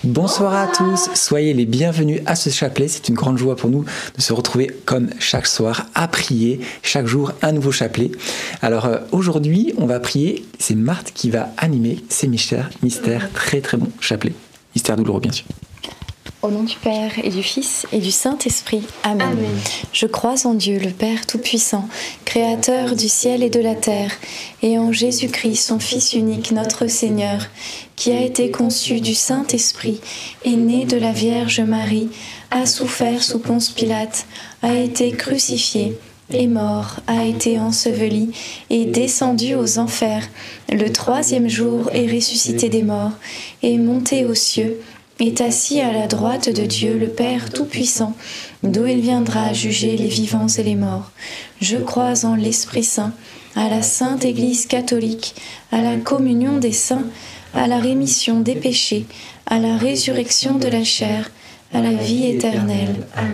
Bonsoir à tous, soyez les bienvenus à ce chapelet. C'est une grande joie pour nous de se retrouver comme chaque soir à prier, chaque jour un nouveau chapelet. Alors aujourd'hui, on va prier, c'est Marthe qui va animer ces mystères très très bons chapelets. Mystères douloureux bien sûr. Au nom du Père et du Fils et du Saint-Esprit. Amen. Amen. Je crois en Dieu, le Père Tout-Puissant, Créateur du ciel et de la terre, et en Jésus-Christ, son Fils unique, notre Seigneur, qui a été conçu du Saint-Esprit, est né de la Vierge Marie, a souffert sous Ponce Pilate, a été crucifié, est mort, a été enseveli, est descendu aux enfers, le troisième jour est ressuscité des morts, est monté aux cieux, est assis à la droite de Dieu, le Père Tout-Puissant, d'où il viendra juger les vivants et les morts. Je crois en l'Esprit Saint, à la Sainte Église catholique, à la communion des saints, à la rémission des péchés, à la résurrection de la chair, à la vie éternelle. Amen.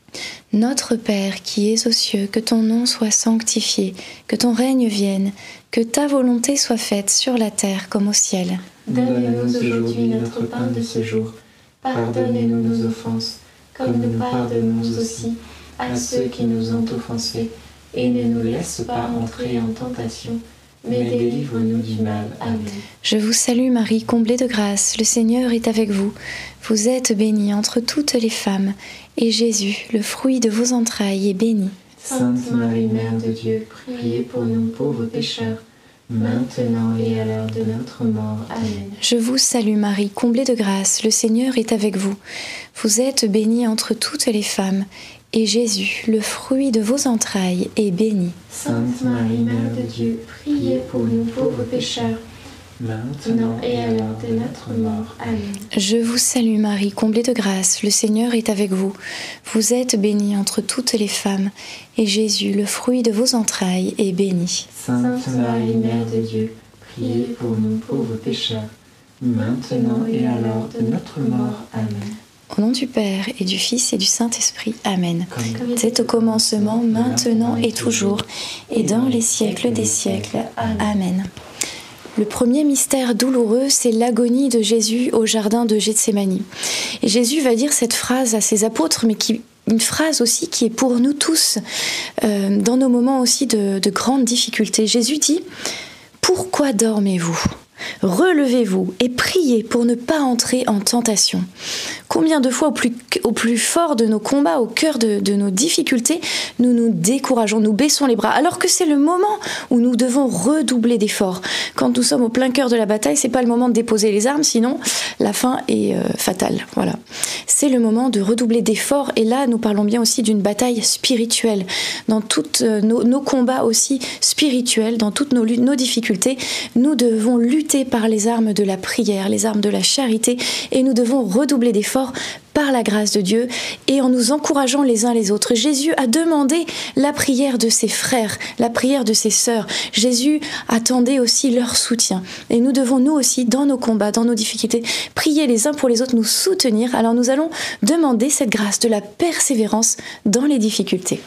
Notre Père qui es aux cieux, que ton nom soit sanctifié, que ton règne vienne, que ta volonté soit faite sur la terre comme au ciel. Donne-nous aujourd'hui notre pain de ce jour. Pardonne-nous nos offenses, comme nous pardonnons aussi à ceux qui nous ont offensés. Et ne nous laisse pas entrer en tentation, mais délivre-nous du mal. Amen. Je vous salue Marie, comblée de grâce, le Seigneur est avec vous. Vous êtes bénie entre toutes les femmes, et Jésus, le fruit de vos entrailles, est béni. Sainte Marie, Mère de Dieu, priez pour nous pauvres pécheurs, maintenant et à l'heure de notre mort. Amen. Je vous salue Marie, comblée de grâce, le Seigneur est avec vous. Vous êtes bénie entre toutes les femmes, et Jésus, le fruit de vos entrailles, est béni. Sainte Marie, Mère de Dieu, priez pour nous pauvres pécheurs, maintenant et à l'heure de notre mort. Amen. Je vous salue Marie, comblée de grâce, le Seigneur est avec vous. Vous êtes bénie entre toutes les femmes, et Jésus, le fruit de vos entrailles, est béni. Sainte Marie, Mère de Dieu, priez pour nous pauvres pécheurs, maintenant et à l'heure de notre mort. Amen. Au nom du Père et du Fils et du Saint-Esprit. Amen. Comme C'est au commencement, maintenant et toujours, et dans les siècles des siècles. Amen. Le premier mystère douloureux, c'est l'agonie de Jésus au jardin de Gethsémani. Et Jésus va dire cette phrase à ses apôtres, mais une phrase aussi qui est pour nous tous, dans nos moments aussi de grandes difficultés. Jésus dit « Pourquoi dormez-vous ? Relevez-vous et priez pour ne pas entrer en tentation. » Combien de fois au plus fort de nos combats, au cœur de nos difficultés, nous nous décourageons, nous baissons les bras, alors que c'est le moment où nous devons redoubler d'efforts. Quand nous sommes au plein cœur de la bataille, c'est pas le moment de déposer les armes, sinon la fin est fatale. Voilà. C'est le moment de redoubler d'efforts, et là nous parlons bien aussi d'une bataille spirituelle. Dans tous nos combats aussi spirituels, dans toutes nos difficultés, nous devons lutter par les armes de la prière, les armes de la charité, et nous devons redoubler d'efforts par la grâce de Dieu et en nous encourageant les uns les autres. Jésus a demandé la prière de ses frères, la prière de ses sœurs. Jésus attendait aussi leur soutien. Et nous devons, nous aussi, dans nos combats, dans nos difficultés, prier les uns pour les autres, nous soutenir. Alors nous allons demander cette grâce de la persévérance dans les difficultés.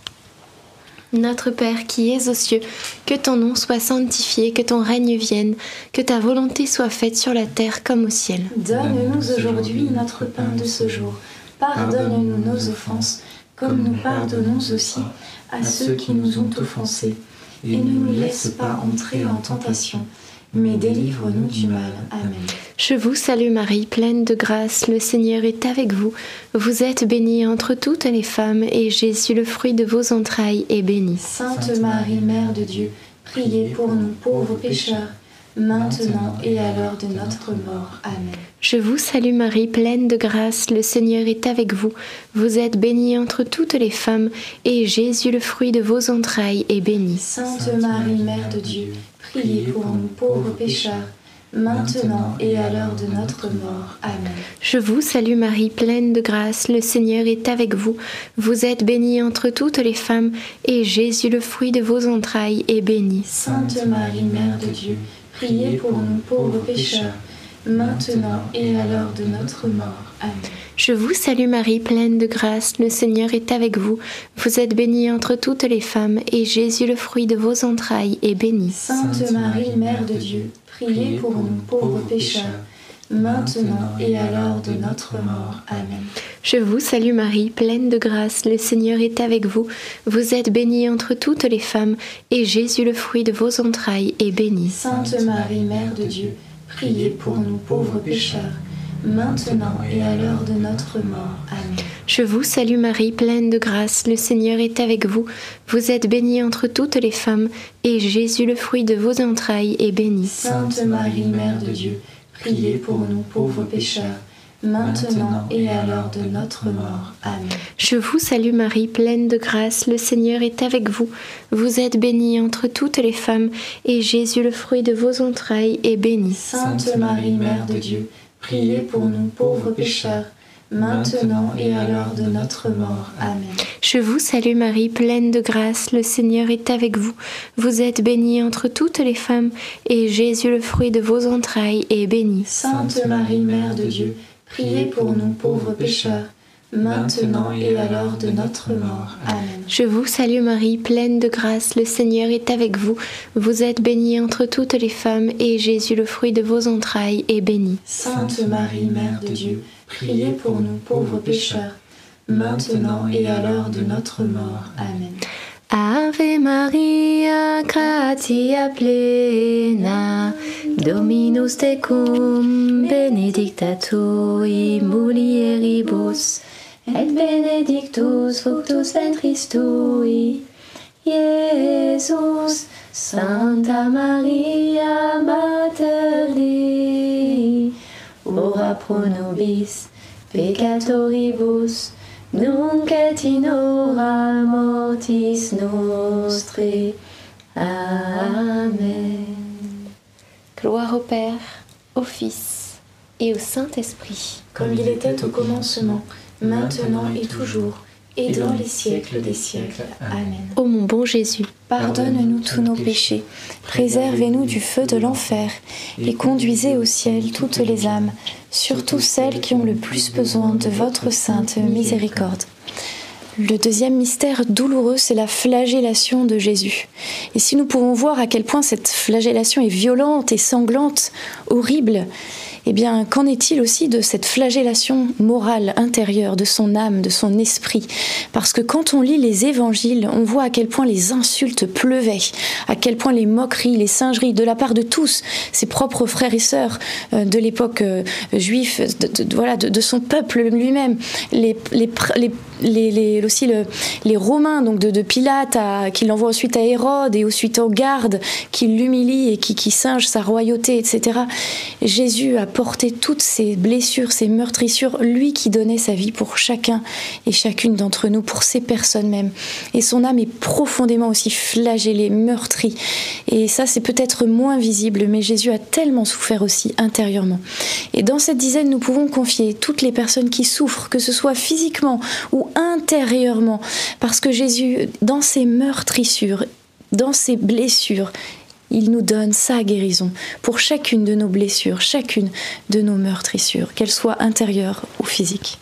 Notre Père qui es aux cieux, que ton nom soit sanctifié, que ton règne vienne, que ta volonté soit faite sur la terre comme au ciel. Donne-nous aujourd'hui notre pain de ce jour. Pardonne-nous nos offenses, comme nous pardonnons aussi à ceux qui nous ont offensés. Et ne nous laisse pas entrer en tentation, mais délivre-nous du mal. Amen. Je vous salue Marie, pleine de grâce, le Seigneur est avec vous. Vous êtes bénie entre toutes les femmes, et Jésus, le fruit de vos entrailles, est béni. Sainte Marie, Mère de Dieu, priez pour nous pauvres pécheurs, maintenant et à l'heure de notre mort. Amen. Je vous salue Marie, pleine de grâce, le Seigneur est avec vous. Vous êtes bénie entre toutes les femmes, et Jésus, le fruit de vos entrailles, est béni. Sainte Marie, Mère de Dieu, priez pour nous pauvres pécheurs, maintenant et à l'heure de notre mort. Amen. Je vous salue Marie, pleine de grâce, le Seigneur est avec vous. Vous êtes bénie entre toutes les femmes, et Jésus, le fruit de vos entrailles, est béni. Sainte Marie, Mère de Dieu, priez pour nous pauvres pécheurs, maintenant et à l'heure de notre mort. Amen. Je vous salue Marie, pleine de grâce, le Seigneur est avec vous. Vous êtes bénie entre toutes les femmes, et Jésus, le fruit de vos entrailles, est béni. Sainte Marie, Mère de Dieu, priez pour nous pauvres pécheurs, maintenant et à l'heure de notre mort. Amen. Je vous salue Marie, pleine de grâce, le Seigneur est avec vous. Vous êtes bénie entre toutes les femmes, et Jésus, le fruit de vos entrailles, est béni. Sainte Marie, Mère de Dieu, priez pour nous pauvres pécheurs, maintenant et à l'heure de notre mort. Amen. Je vous salue Marie, pleine de grâce, le Seigneur est avec vous. Vous êtes bénie entre toutes les femmes, et Jésus, le fruit de vos entrailles, est béni. Sainte Marie, Mère de Dieu, priez pour nous pauvres pécheurs, maintenant et à l'heure de notre mort. Amen. Je vous salue Marie, pleine de grâce, le Seigneur est avec vous. Vous êtes bénie entre toutes les femmes, et Jésus, le fruit de vos entrailles, est béni. Sainte Marie, Mère de Dieu, priez pour nous pauvres pécheurs, maintenant et à l'heure de notre mort. Amen. Je vous salue Marie, pleine de grâce, le Seigneur est avec vous. Vous êtes bénie entre toutes les femmes, et Jésus, le fruit de vos entrailles, est béni. Sainte Marie, Mère de Dieu, priez pour nous pauvres pécheurs, maintenant et à l'heure de notre mort. Amen. Je vous salue Marie, pleine de grâce, le Seigneur est avec vous. Vous êtes bénie entre toutes les femmes, et Jésus, le fruit de vos entrailles, est béni. Sainte Marie, Mère de Dieu, priez pour nous pauvres pécheurs, maintenant et à l'heure de notre mort. Amen. Ave Maria, gratia plena, Dominus tecum, benedicta tui mulieribus, et benedictus fructus ventris tui, Iesus. Santa Maria, Mater Dei, ora pro nobis peccatoribus, nunc et in hora mortis nostrae. Amen. Gloire au Père, au Fils et au Saint-Esprit. Comme il était au commencement, maintenant et toujours, et dans les siècles des siècles. Amen. Ô mon bon Jésus, pardonne-nous tous nos péchés, préservez-nous du feu de l'enfer, et conduisez au ciel toutes les âmes, surtout celles qui ont le plus besoin de votre sainte miséricorde. Le deuxième mystère douloureux, c'est la flagellation de Jésus. Et si nous pouvons voir à quel point cette flagellation est violente et sanglante, horrible, eh bien, qu'en est-il aussi de cette flagellation morale intérieure de son âme, de son esprit? Parce que quand on lit les évangiles, on voit à quel point les insultes pleuvaient, à quel point les moqueries, les singeries de la part de tous, ses propres frères et sœurs de l'époque juive, de son peuple lui-même, aussi les Romains, donc de Pilate, qui l'envoie ensuite à Hérode et ensuite aux gardes, qui l'humilient et qui singent sa royauté, etc. Jésus a porté toutes ces blessures, ces meurtrissures, lui qui donnait sa vie pour chacun et chacune d'entre nous, pour ces personnes même. Et son âme est profondément aussi flagellée, meurtrie. Et ça, c'est peut-être moins visible, mais Jésus a tellement souffert aussi intérieurement. Et dans cette dizaine, nous pouvons confier toutes les personnes qui souffrent, que ce soit physiquement ou intérieurement, parce que Jésus, dans ses meurtrissures, dans ses blessures, il nous donne sa guérison pour chacune de nos blessures, chacune de nos meurtrissures, qu'elles soient intérieures ou physiques.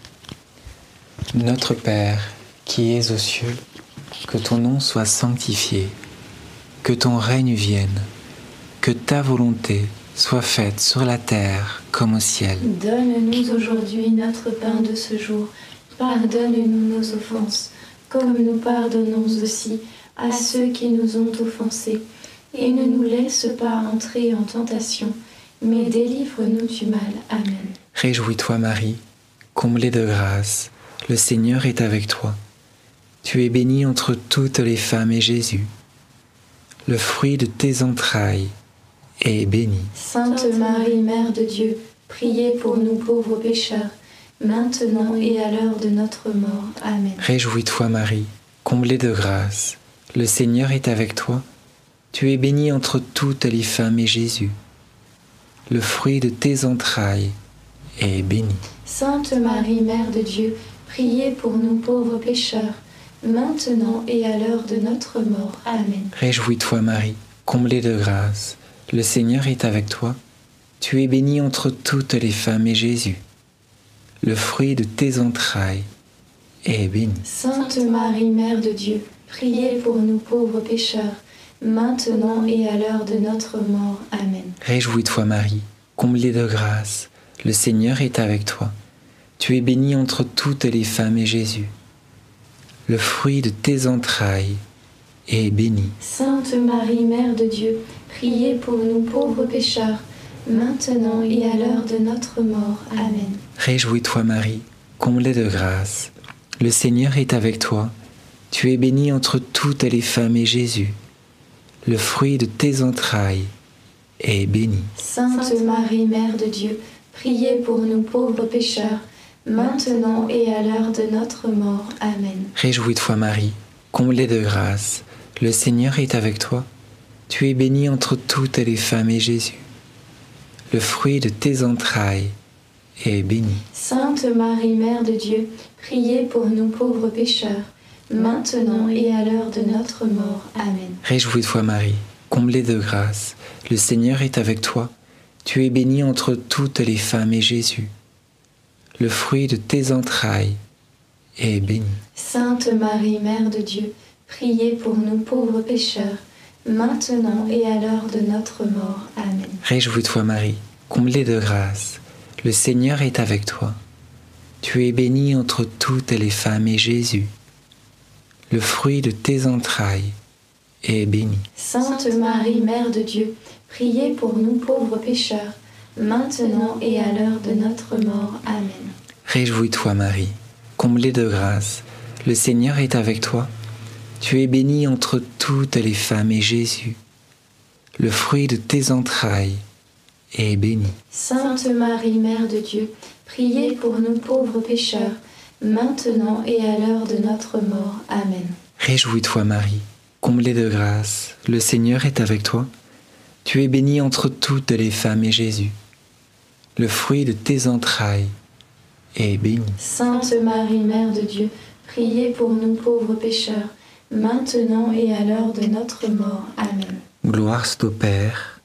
Notre Père, qui es aux cieux, que ton nom soit sanctifié, que ton règne vienne, que ta volonté soit faite sur la terre comme au ciel. Donne-nous aujourd'hui notre pain de ce jour. Pardonne-nous nos offenses, comme nous pardonnons aussi à ceux qui nous ont offensés. Et ne nous laisse pas entrer en tentation, mais délivre-nous du mal. Amen. Réjouis-toi Marie, comblée de grâce, le Seigneur est avec toi. Tu es bénie entre toutes les femmes et Jésus, le fruit de tes entrailles, est béni. Sainte Marie, Mère de Dieu, priez pour nous pauvres pécheurs, maintenant et à l'heure de notre mort. Amen. Réjouis-toi Marie, comblée de grâce, le Seigneur est avec toi. Tu es bénie entre toutes les femmes et Jésus, le fruit de tes entrailles, est béni. Sainte Marie, Mère de Dieu, priez pour nous pauvres pécheurs, maintenant et à l'heure de notre mort. Amen. Réjouis-toi Marie, comblée de grâce, le Seigneur est avec toi. Tu es bénie entre toutes les femmes et Jésus, le fruit de tes entrailles, est béni. Sainte Marie, Mère de Dieu, priez pour nous pauvres pécheurs, maintenant et à l'heure de notre mort. Amen. Réjouis-toi Marie, comblée de grâce, le Seigneur est avec toi. Tu es bénie entre toutes les femmes et Jésus, le fruit de tes entrailles, est béni. Sainte Marie, Mère de Dieu, priez pour nous pauvres pécheurs, maintenant et à l'heure de notre mort. Amen. Réjouis-toi Marie, comblée de grâce, le Seigneur est avec toi. Tu es bénie entre toutes les femmes et Jésus, le fruit de tes entrailles, est béni. Sainte Marie, Mère de Dieu, priez pour nous pauvres pécheurs, maintenant et à l'heure de notre mort. Amen. Réjouis-toi Marie, comblée de grâce, le Seigneur est avec toi. Tu es bénie entre toutes les femmes et Jésus, le fruit de tes entrailles, est béni. Sainte Marie, Mère de Dieu, priez pour nous pauvres pécheurs, maintenant et à l'heure de notre mort. Amen. Réjouis-toi Marie, comblée de grâce, le Seigneur est avec toi. Tu es bénie entre toutes les femmes et Jésus, le fruit de tes entrailles, est béni. Sainte Marie, Mère de Dieu, priez pour nous pauvres pécheurs, maintenant et à l'heure de notre mort. Amen. Réjouis-toi Marie, comblée de grâce, le Seigneur est avec toi. Tu es bénie entre toutes les femmes et Jésus, le fruit de tes entrailles, est béni. Sainte Marie, Mère de Dieu, priez pour nous pauvres pécheurs, maintenant et à l'heure de notre mort. Amen. Réjouis-toi Marie, comblée de grâce, le Seigneur est avec toi. Tu es bénie entre toutes les femmes et Jésus, le fruit de tes entrailles, est béni. Sainte Marie, Mère de Dieu, priez pour nous pauvres pécheurs, maintenant et à l'heure de notre mort. Amen. Réjouis-toi Marie, comblée de grâce, le Seigneur est avec toi. Tu es bénie entre toutes les femmes et Jésus, le fruit de tes entrailles, est béni. Sainte Marie, Mère de Dieu, priez pour nous pauvres pécheurs, maintenant et à l'heure de notre mort. Amen. Gloire soit au Père,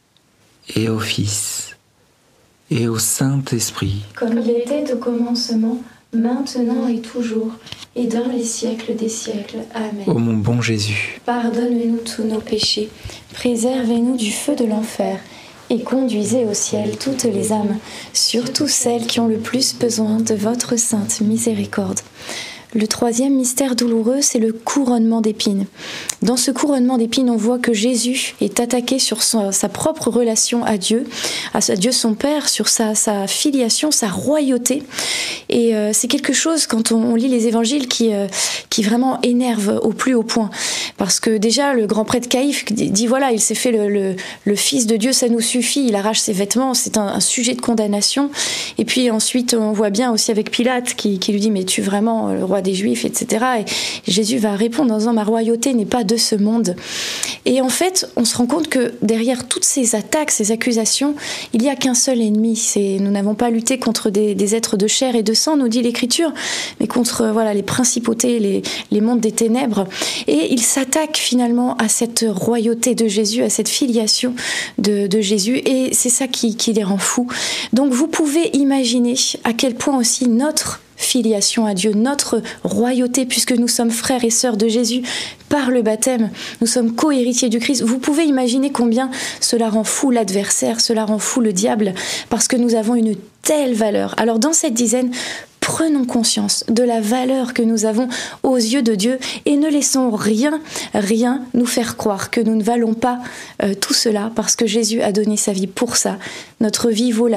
et au Fils, et au Saint-Esprit, comme il était au commencement, maintenant et toujours, et dans les siècles des siècles. Amen. ô mon bon Jésus, Pardonnez-nous tous nos péchés, préservez-nous du feu de l'enfer, et conduisez au ciel toutes les âmes, surtout celles qui ont le plus besoin de votre sainte miséricorde. Le troisième mystère douloureux, c'est le couronnement d'épines. Dans ce couronnement d'épines, on voit que Jésus est attaqué sur sa propre relation à Dieu son Père, sur sa filiation, sa royauté. Et c'est quelque chose, quand on lit les évangiles, qui vraiment énerve au plus haut point. Parce que déjà, le grand prêtre Caïphe dit, voilà, il s'est fait le Fils de Dieu, ça nous suffit, il arrache ses vêtements, c'est un sujet de condamnation. Et puis ensuite, on voit bien aussi avec Pilate, qui lui dit, mais tu es vraiment le roi des Juifs, etc. Et Jésus va répondre en disant, ma royauté n'est pas de ce monde. Et en fait, on se rend compte que derrière toutes ces attaques, ces accusations, il n'y a qu'un seul ennemi. Nous n'avons pas lutté contre des êtres de chair et de sang, nous dit l'Écriture, mais contre les principautés, les mondes des ténèbres. Et il s'attaque finalement à cette royauté de Jésus, à cette filiation de Jésus, et c'est ça qui les rend fous. Donc vous pouvez imaginer à quel point aussi notre filiation à Dieu, notre royauté, puisque nous sommes frères et sœurs de Jésus par le baptême, nous sommes co-héritiers du Christ. Vous pouvez imaginer combien cela rend fou l'adversaire, cela rend fou le diable, parce que nous avons une telle valeur. Alors dans cette dizaine, prenons conscience de la valeur que nous avons aux yeux de Dieu et ne laissons rien nous faire croire que nous ne valons pas tout cela, parce que Jésus a donné sa vie pour ça. Notre vie vaut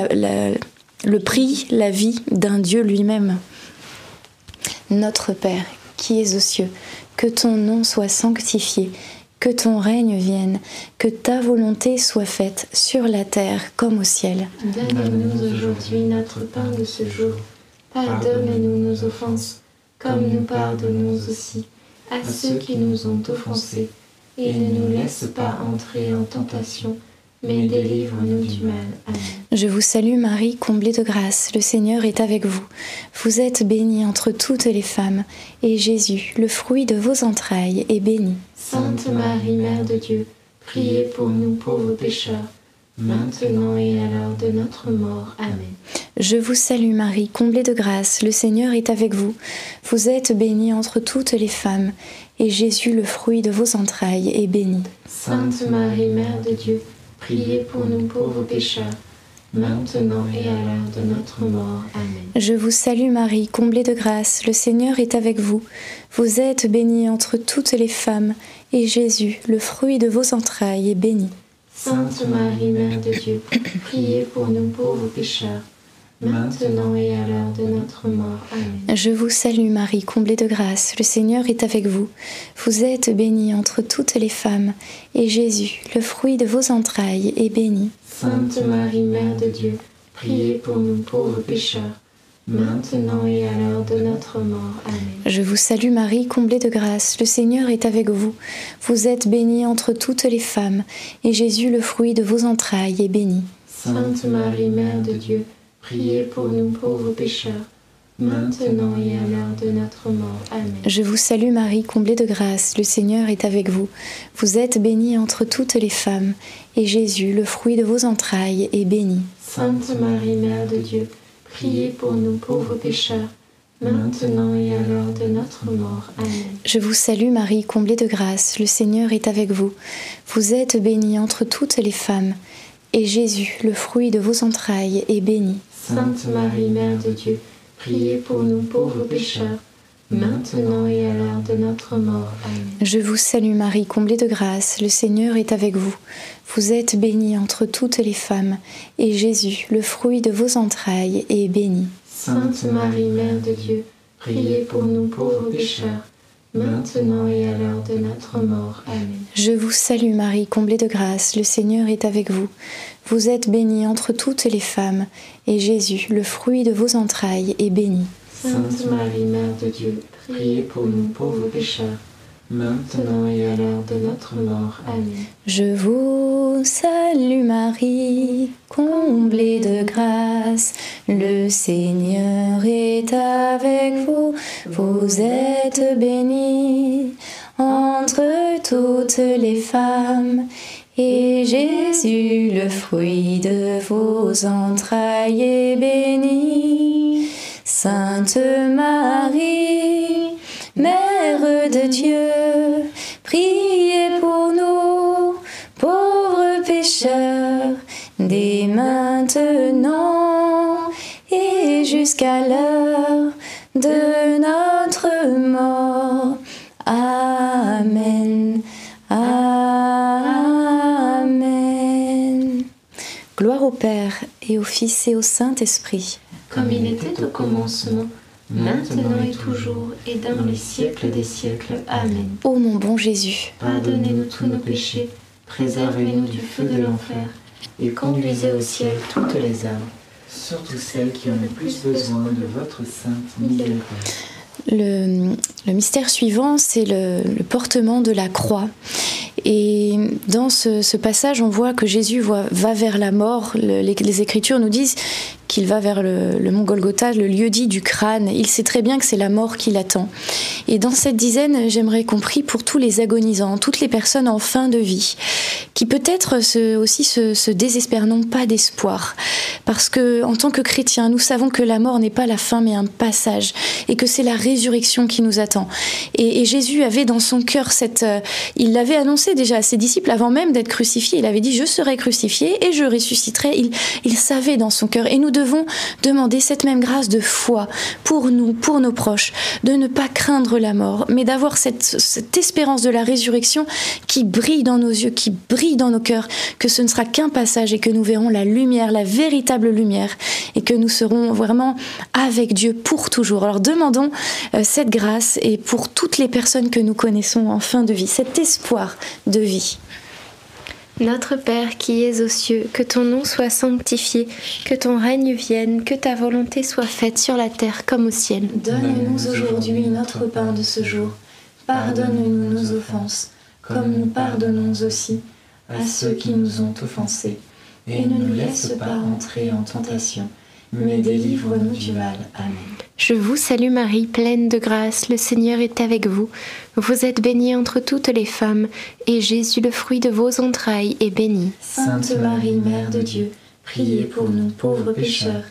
le prix, la vie d'un Dieu lui-même. Notre Père, qui es aux cieux, que ton nom soit sanctifié, que ton règne vienne, que ta volonté soit faite sur la terre comme au ciel. Donne-nous aujourd'hui notre pain de ce jour. Pardonne-nous nos offenses, comme nous pardonnons aussi à ceux qui nous ont offensés. Et ne nous laisse pas entrer en tentation, mais délivre-nous du mal. Amen. Je vous salue Marie, comblée de grâce, le Seigneur est avec vous. Vous êtes bénie entre toutes les femmes, et Jésus, le fruit de vos entrailles, est béni. Sainte Marie, Mère de Dieu, priez pour nous pauvres pécheurs, maintenant et à l'heure de notre mort. Amen. Je vous salue Marie, comblée de grâce, le Seigneur est avec vous. Vous êtes bénie entre toutes les femmes, et Jésus, le fruit de vos entrailles, est béni. Sainte Marie, Mère de Dieu, priez pour nous pauvres pécheurs, maintenant et à l'heure de notre mort. Amen. Je vous salue Marie, comblée de grâce, le Seigneur est avec vous. Vous êtes bénie entre toutes les femmes, et Jésus, le fruit de vos entrailles, est béni. Sainte Marie, Mère de Dieu, priez pour nous pauvres pécheurs, maintenant et à l'heure de notre mort. Amen. Je vous salue Marie, comblée de grâce, le Seigneur est avec vous. Vous êtes bénie entre toutes les femmes, et Jésus, le fruit de vos entrailles, est béni. Sainte Marie, Mère de Dieu, priez pour nous pauvres pécheurs, maintenant et à l'heure de notre mort. Amen. Je vous salue Marie, comblée de grâce, le Seigneur est avec vous. Vous êtes bénie entre toutes les femmes, et Jésus, le fruit de vos entrailles, est béni. Sainte Marie, Mère de Dieu, priez pour nous pauvres pécheurs, maintenant et à l'heure de notre mort. Amen. Je vous salue Marie, comblée de grâce, le Seigneur est avec vous. Vous êtes bénie entre toutes les femmes, et Jésus, le fruit de vos entrailles, est béni. Sainte Marie, Mère de Dieu, priez pour nous pauvres pécheurs, maintenant et à l'heure de notre mort. Amen. Je vous salue Marie, comblée de grâce, le Seigneur est avec vous. Vous êtes bénie entre toutes les femmes, et Jésus, le fruit de vos entrailles, est béni. Sainte Marie, Mère de Dieu, priez pour nous pauvres pécheurs, maintenant et à l'heure de notre mort. Amen. Je vous salue Marie, comblée de grâce, le Seigneur est avec vous. Vous êtes bénie entre toutes les femmes, et Jésus, le fruit de vos entrailles, est béni. Sainte Marie, Mère de Dieu, priez pour nous pauvres pécheurs, maintenant et à l'heure de notre mort. Amen. Je vous salue Marie, comblée de grâce, le Seigneur est avec vous. Vous êtes bénie entre toutes les femmes, et Jésus, le fruit de vos entrailles, est béni. Sainte Marie, Mère de Dieu, priez pour nous pauvres pécheurs, maintenant et à l'heure de notre mort. Amen. Je vous salue Marie, comblée de grâce, le Seigneur est avec vous. Vous êtes bénie entre toutes les femmes, et Jésus, le fruit de vos entrailles, est béni. Sainte Marie, Mère de Dieu, priez pour nous, pauvres pécheurs, dès maintenant et jusqu'à l'heure de notre mort. Amen. Amen. Gloire au Père et au Fils et au Saint-Esprit. Comme il était au commencement, maintenant et toujours, et dans les siècles des siècles. Amen. Ô mon bon Jésus, Pardonnez-nous tous nos péchés, préservez-nous du feu de l'enfer, et conduisez au ciel toutes les âmes, surtout celles qui ont le plus besoin de votre sainte miséricorde. le mystère suivant, c'est le portement de la croix. Et dans ce passage, on voit que Jésus va vers la mort. Les Écritures nous disent qu'il va vers le mont Golgotha, le lieu dit du crâne. Il sait très bien que c'est la mort qui l'attend. Et dans cette dizaine, j'aimerais qu'on prie pour tous les agonisants, toutes les personnes en fin de vie, qui peut-être aussi se désespèrent, n'ont pas d'espoir. Parce que, en tant que chrétiens, nous savons que la mort n'est pas la fin, mais un passage, et que c'est la résurrection qui nous attend. Et Jésus avait dans son cœur il l'avait annoncé déjà à ses disciples avant même d'être crucifié. Il avait dit « Je serai crucifié et je ressusciterai ». Il savait dans son cœur. Et nous devons demander cette même grâce de foi pour nous, pour nos proches, de ne pas craindre la mort, mais d'avoir cette espérance de la résurrection qui brille dans nos yeux, qui brille dans nos cœurs, que ce ne sera qu'un passage et que nous verrons la lumière, la véritable lumière, et que nous serons vraiment avec Dieu pour toujours. Alors demandons cette grâce, et pour toutes les personnes que nous connaissons en fin de vie, cet espoir de vie. Notre Père qui es aux cieux, que ton nom soit sanctifié, que ton règne vienne, que ta volonté soit faite sur la terre comme au ciel. Donne-nous aujourd'hui notre pain de ce jour. Pardonne-nous nos offenses, comme nous pardonnons aussi à ceux qui nous ont offensés. Et ne nous laisse pas entrer en tentation, mais délivre-nous du mal. Amen. Je vous salue Marie, pleine de grâce, le Seigneur est avec vous. Vous êtes bénie entre toutes les femmes, et Jésus, le fruit de vos entrailles, est béni. Sainte Marie, Mère de Dieu, priez pour nous pauvres pécheurs,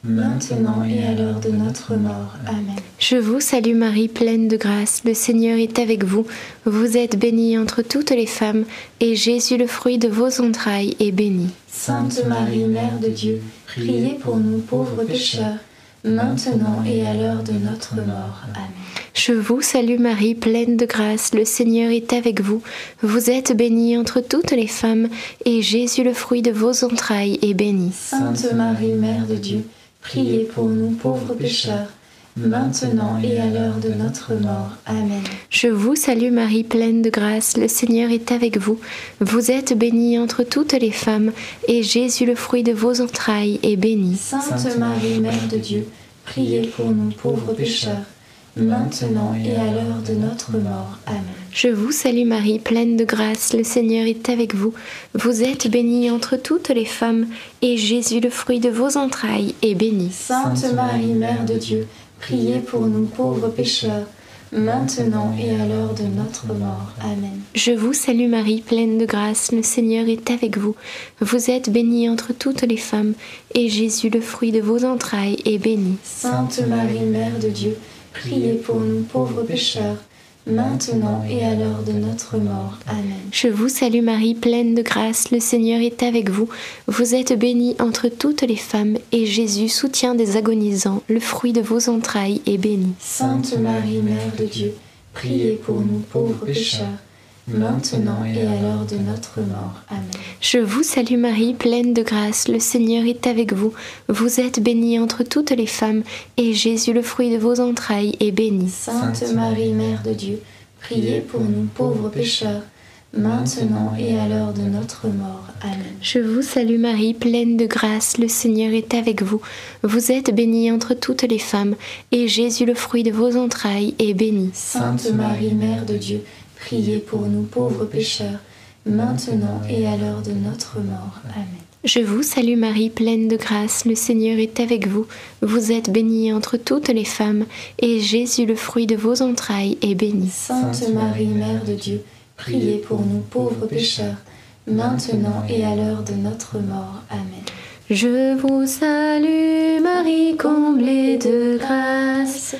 maintenant et à l'heure de notre mort. Amen. Je vous salue Marie, pleine de grâce, le Seigneur est avec vous. Vous êtes bénie entre toutes les femmes, et Jésus, le fruit de vos entrailles, est béni. Sainte Marie, Mère de Dieu, priez pour nous pauvres pécheurs, maintenant et à l'heure de notre mort. Amen. Je vous salue Marie, pleine de grâce, le Seigneur est avec vous. Vous êtes bénie entre toutes les femmes, et Jésus, le fruit de vos entrailles, est béni. Sainte Marie, Mère de Dieu, priez pour nous pauvres pécheurs, maintenant et à l'heure de notre mort. Amen. Je vous salue Marie, pleine de grâce, le Seigneur est avec vous. Vous êtes bénie entre toutes les femmes, et Jésus, le fruit de vos entrailles, est béni. Sainte Marie, Mère de Dieu, priez pour nous pauvres pécheurs, maintenant et à l'heure de notre mort. Amen. Je vous salue Marie, pleine de grâce, le Seigneur est avec vous. Vous êtes bénie entre toutes les femmes, et Jésus, le fruit de vos entrailles, est béni. Sainte Marie, Mère de Dieu, priez pour nous pauvres pécheurs, maintenant et à l'heure de notre mort. Amen. Je vous salue Marie, pleine de grâce, le Seigneur est avec vous. Vous êtes bénie entre toutes les femmes, et Jésus, le fruit de vos entrailles, est béni. Sainte Marie, Mère de Dieu, priez pour nous pauvres pécheurs, maintenant et à l'heure de notre mort. Amen. Je vous salue Marie, pleine de grâce, le Seigneur est avec vous. Vous êtes bénie entre toutes les femmes, et Jésus, soutien des agonisants, le fruit de vos entrailles, est béni. Sainte Marie, Mère de Dieu, priez pour nous pauvres pécheurs, maintenant et à l'heure de notre mort. Amen. Je vous salue Marie, pleine de grâce, le Seigneur est avec vous. Vous êtes bénie entre toutes les femmes, et Jésus, le fruit de vos entrailles, est béni. Sainte Marie, Mère de Dieu, priez pour nous pauvres pécheurs, maintenant et à l'heure de notre mort. Amen. Je vous salue Marie, pleine de grâce, le Seigneur est avec vous. Vous êtes bénie entre toutes les femmes, et Jésus, le fruit de vos entrailles, est béni. Sainte Marie, Mère de Dieu, priez pour nous pauvres pécheurs, maintenant et à l'heure de notre mort. Amen. Je vous salue Marie, pleine de grâce, le Seigneur est avec vous. Vous êtes bénie entre toutes les femmes, et Jésus, le fruit de vos entrailles, est béni. Sainte Marie, Mère de Dieu, priez pour nous pauvres pécheurs, maintenant et à l'heure de notre mort. Amen. Je vous salue Marie, comblée de grâce,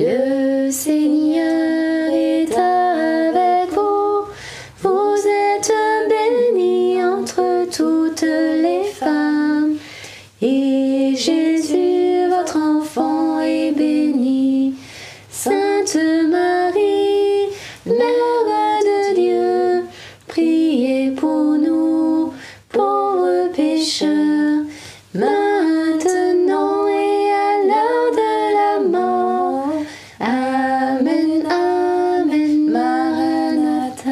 le Seigneur est avec vous. Vous êtes bénie entre toutes les femmes, et Jésus, votre enfant, est béni. Sainte Marie, Mère de Dieu, priez pour nous, pauvres pécheurs, maintenant et à l'heure de la mort. Amen, Amen, Maranatha.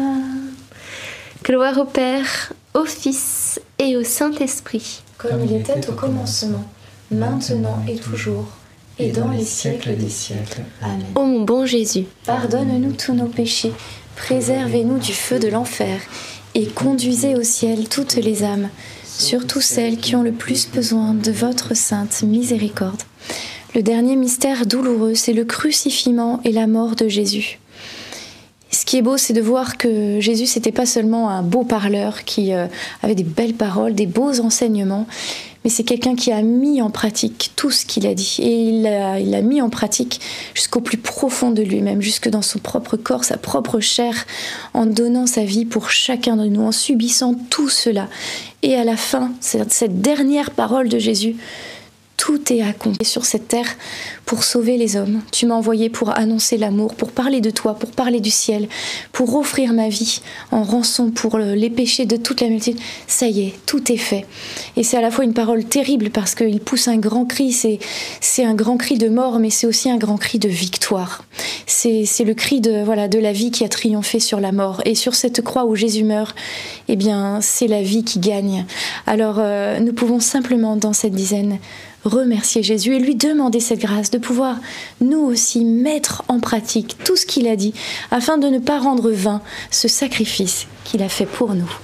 Gloire au Père, au Fils et au Saint-Esprit. Comme il était au commencement, maintenant et toujours, et dans les siècles des siècles. Amen. Ô mon bon Jésus, Pardonne-nous tous nos péchés, préservez-nous du feu de l'enfer, et conduisez au ciel toutes les âmes, surtout celles qui ont le plus besoin de votre sainte miséricorde. Le dernier mystère douloureux, c'est le crucifixion et la mort de Jésus. Ce qui est beau, c'est de voir que Jésus, c'était pas seulement un beau parleur qui avait des belles paroles, des beaux enseignements, mais c'est quelqu'un qui a mis en pratique tout ce qu'il a dit. Et il l'a mis en pratique jusqu'au plus profond de lui-même, jusque dans son propre corps, sa propre chair, en donnant sa vie pour chacun de nous, en subissant tout cela. Et à la fin, cette dernière parole de Jésus, tout est accompli sur cette terre pour sauver les hommes. Tu m'as envoyé pour annoncer l'amour, pour parler de toi, pour parler du ciel, pour offrir ma vie en rançon pour les péchés de toute la multitude. Ça y est, tout est fait. Et c'est à la fois une parole terrible parce qu'il pousse un grand cri, c'est un grand cri de mort, mais c'est aussi un grand cri de victoire. C'est le cri de la vie qui a triomphé sur la mort. Et sur cette croix où Jésus meurt, eh bien, c'est la vie qui gagne. Alors, nous pouvons simplement, dans cette dizaine, remercier Jésus et lui demander cette grâce de pouvoir nous aussi mettre en pratique tout ce qu'il a dit afin de ne pas rendre vain ce sacrifice qu'il a fait pour nous.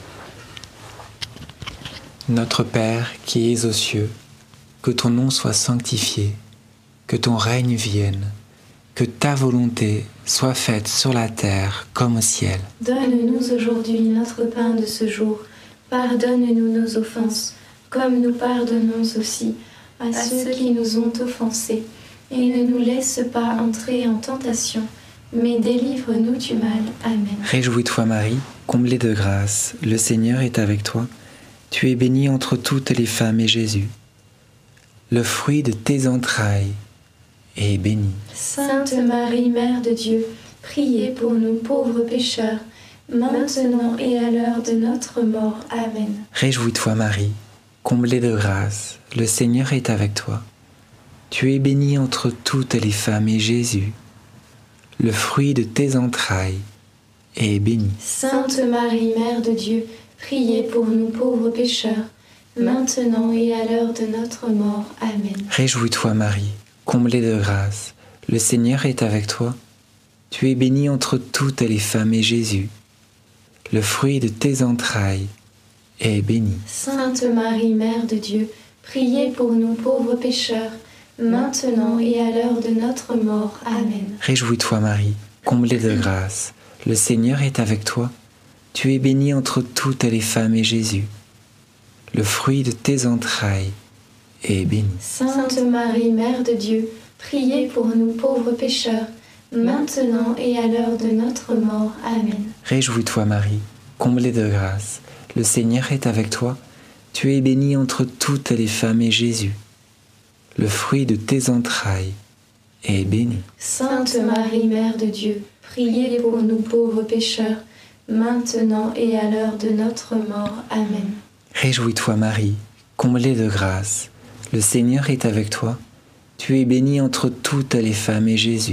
Notre Père qui es aux cieux, que ton nom soit sanctifié, que ton règne vienne, que ta volonté soit faite sur la terre comme au ciel. Donne-nous aujourd'hui notre pain de ce jour. Pardonne-nous nos offenses, comme nous pardonnons aussi à ceux qui nous ont offensés, et ne nous laisse pas entrer en tentation, mais délivre-nous du mal. Amen. Réjouis-toi Marie, comblée de grâce, le Seigneur est avec toi. Tu es bénie entre toutes les femmes et Jésus, le fruit de tes entrailles, est béni. Sainte Marie, Mère de Dieu, priez pour nous pauvres pécheurs, maintenant et à l'heure de notre mort. Amen. Réjouis-toi Marie, comblée de grâce, le Seigneur est avec toi. Tu es bénie entre toutes les femmes et Jésus, le fruit de tes entrailles, est béni. Sainte Marie, Mère de Dieu, priez pour nous pauvres pécheurs, maintenant et à l'heure de notre mort. Amen. Réjouis-toi Marie, comblée de grâce, le Seigneur est avec toi. Tu es bénie entre toutes les femmes et Jésus, le fruit de tes entrailles, est béni. Sainte Marie, Mère de Dieu, priez pour nous pauvres pécheurs, maintenant et à l'heure de notre mort. Amen. Réjouis-toi Marie, comblée de grâce, le Seigneur est avec toi. Tu es bénie entre toutes les femmes et Jésus, le fruit de tes entrailles, est béni. Sainte Marie, Mère de Dieu, priez pour nous pauvres pécheurs, maintenant et à l'heure de notre mort. Amen. Réjouis-toi Marie, comblée de grâce, le Seigneur est avec toi. Tu es bénie entre toutes les femmes et Jésus, le fruit de tes entrailles, est béni. Sainte Marie, Mère de Dieu, priez pour nous pauvres pécheurs, maintenant et à l'heure de notre mort. Amen. Réjouis-toi Marie, comblée de grâce, le Seigneur est avec toi. Tu es bénie entre toutes les femmes et Jésus,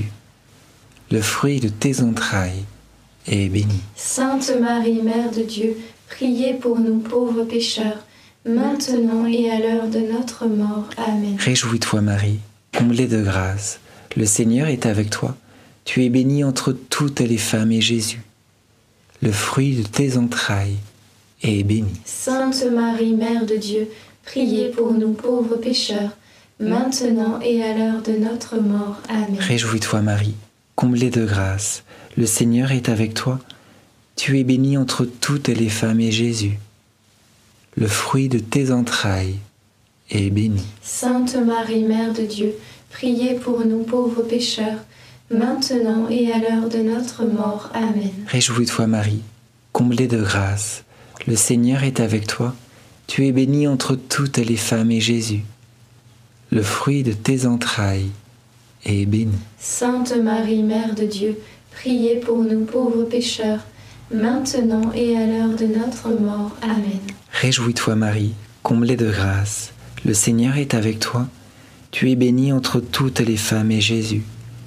le fruit de tes entrailles, est béni. Sainte Marie, Mère de Dieu, priez pour nous pauvres pécheurs, maintenant et à l'heure de notre mort. Amen. Réjouis-toi Marie, comblée de grâce, le Seigneur est avec toi. Tu es bénie entre toutes les femmes et Jésus, le fruit de tes entrailles, est béni. Sainte Marie, Mère de Dieu, priez pour nous pauvres pécheurs, maintenant et à l'heure de notre mort. Amen. Réjouis-toi Marie, comblée de grâce, le Seigneur est avec toi. Tu es bénie entre toutes les femmes et Jésus, le fruit de tes entrailles, est béni. Sainte Marie, Mère de Dieu, priez pour nous pauvres pécheurs, maintenant et à l'heure de notre mort. Amen. Réjouis-toi Marie, comblée de grâce, le Seigneur est avec toi. Tu es bénie entre toutes les femmes et Jésus, le fruit de tes entrailles, est béni. Sainte Marie, Mère de Dieu, priez pour nous pauvres pécheurs, maintenant et à l'heure de notre mort. Amen. Réjouis-toi Marie, comblée de grâce, le Seigneur est avec toi. Tu es bénie entre toutes les femmes et Jésus,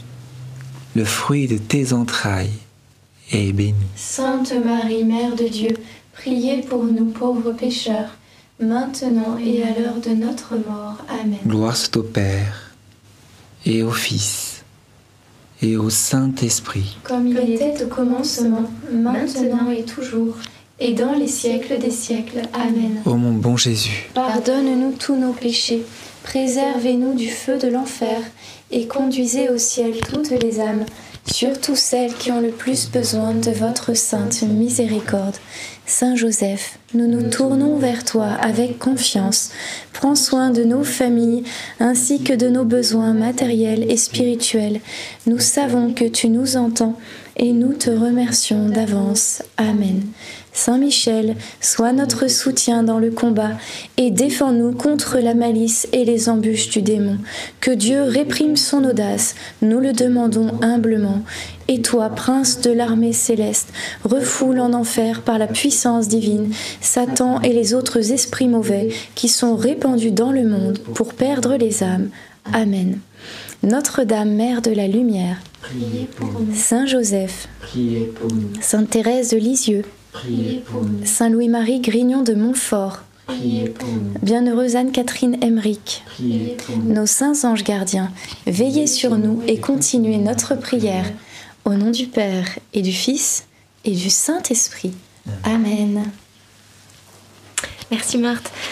le fruit de tes entrailles, est béni. Sainte Marie, Mère de Dieu, priez pour nous pauvres pécheurs, maintenant et à l'heure de notre mort. Amen. Gloire soit au Père, et au Fils, et au Saint-Esprit. Comme il était au commencement, maintenant et toujours, et dans les siècles des siècles. Amen. Ô mon bon Jésus, Pardonne-nous tous nos péchés, préservez-nous du feu de l'enfer, et conduisez au ciel toutes les âmes, surtout celles qui ont le plus besoin de votre sainte miséricorde. Saint Joseph, nous nous tournons vers toi avec confiance. Prends soin de nos familles ainsi que de nos besoins matériels et spirituels. Nous savons que tu nous entends et nous te remercions d'avance. Amen. Saint Michel, sois notre soutien dans le combat et défends-nous contre la malice et les embûches du démon. Que Dieu réprime son audace, nous le demandons humblement. Et toi, prince de l'armée céleste, refoule en enfer par la puissance divine Satan et les autres esprits mauvais qui sont répandus dans le monde pour perdre les âmes. Amen. Notre-Dame, Mère de la Lumière, priez pour nous. Saint Joseph, Priez pour nous. Sainte Thérèse de Lisieux, Priez pour nous. Saint Louis-Marie Grignon de Montfort, Priez pour nous. Bienheureuse Anne-Catherine Emmerich, Priez pour nous. nos saints anges gardiens, veillez sur nous et continuez notre prière. Au nom du Père et du Fils et du Saint-Esprit. Amen. Merci Marthe.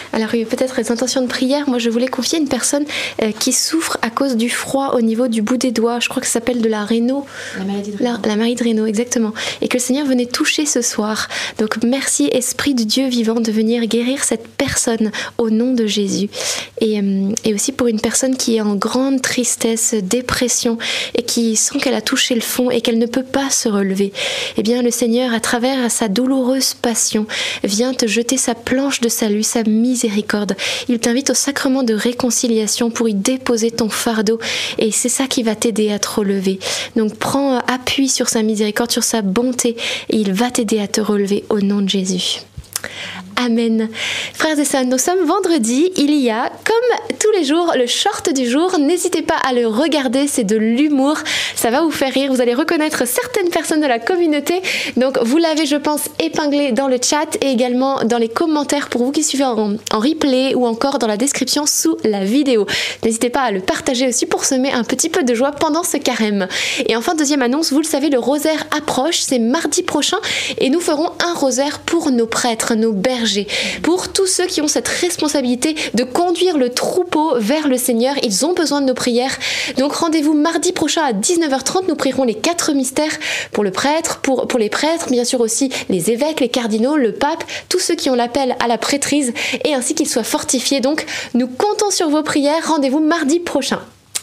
Alors, il y a peut-être des intentions de prière. Moi, je voulais confier une personne qui souffre à cause du froid au niveau du bout des doigts. Je crois que ça s'appelle de la Raynaud. La maladie de Raynaud. La maladie de Raynaud, exactement. Et que le Seigneur venait toucher ce soir. Donc, merci, Esprit de Dieu vivant, de venir guérir cette personne au nom de Jésus. Et aussi pour une personne qui est en grande tristesse, dépression, et qui sent qu'elle a touché le fond et qu'elle ne peut pas se relever. Eh bien, le Seigneur, à travers sa douloureuse passion, vient te jeter sa planche de salut, sa miséricorde. Il t'invite au sacrement de réconciliation pour y déposer ton fardeau, et c'est ça qui va t'aider à te relever. Donc prends appui sur sa miséricorde, sur sa bonté, et il va t'aider à te relever au nom de Jésus. Amen. Frères et sœurs, nous sommes vendredi, il y a, comme tous les jours, le short du jour. N'hésitez pas à le regarder, c'est de l'humour, ça va vous faire rire, vous allez reconnaître certaines personnes de la communauté. Donc vous l'avez, je pense, épinglé dans le chat et également dans les commentaires pour vous qui suivez en replay ou encore dans la description sous la vidéo. N'hésitez pas à le partager aussi pour semer un petit peu de joie pendant ce carême. Et enfin, deuxième annonce, vous le savez, le rosaire approche, c'est mardi prochain et nous ferons un rosaire pour nos prêtres, nos bergers, pour tous ceux qui ont cette responsabilité de conduire le troupeau vers le Seigneur. Ils ont besoin de nos prières. Donc rendez-vous mardi prochain à 19h30. Nous prierons les 4 mystères pour le prêtre, pour les prêtres, bien sûr aussi les évêques, les cardinaux, le pape, tous ceux qui ont l'appel à la prêtrise et ainsi qu'ils soient fortifiés. Donc nous comptons sur vos prières. Rendez-vous mardi prochain.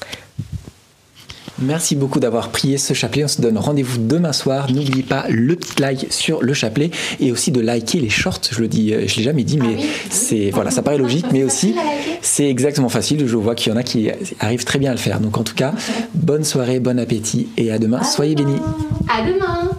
Merci beaucoup d'avoir prié ce chapelet. On se donne rendez-vous demain soir. N'oubliez pas le petit like sur le chapelet et aussi de liker les shorts. Je le dis, je l'ai jamais dit, mais c'est voilà, ça paraît logique, mais aussi c'est exactement facile. Je vois qu'il y en a qui arrivent très bien à le faire. Donc en tout cas, bonne soirée, bon appétit et à demain. Soyez bénis. À demain.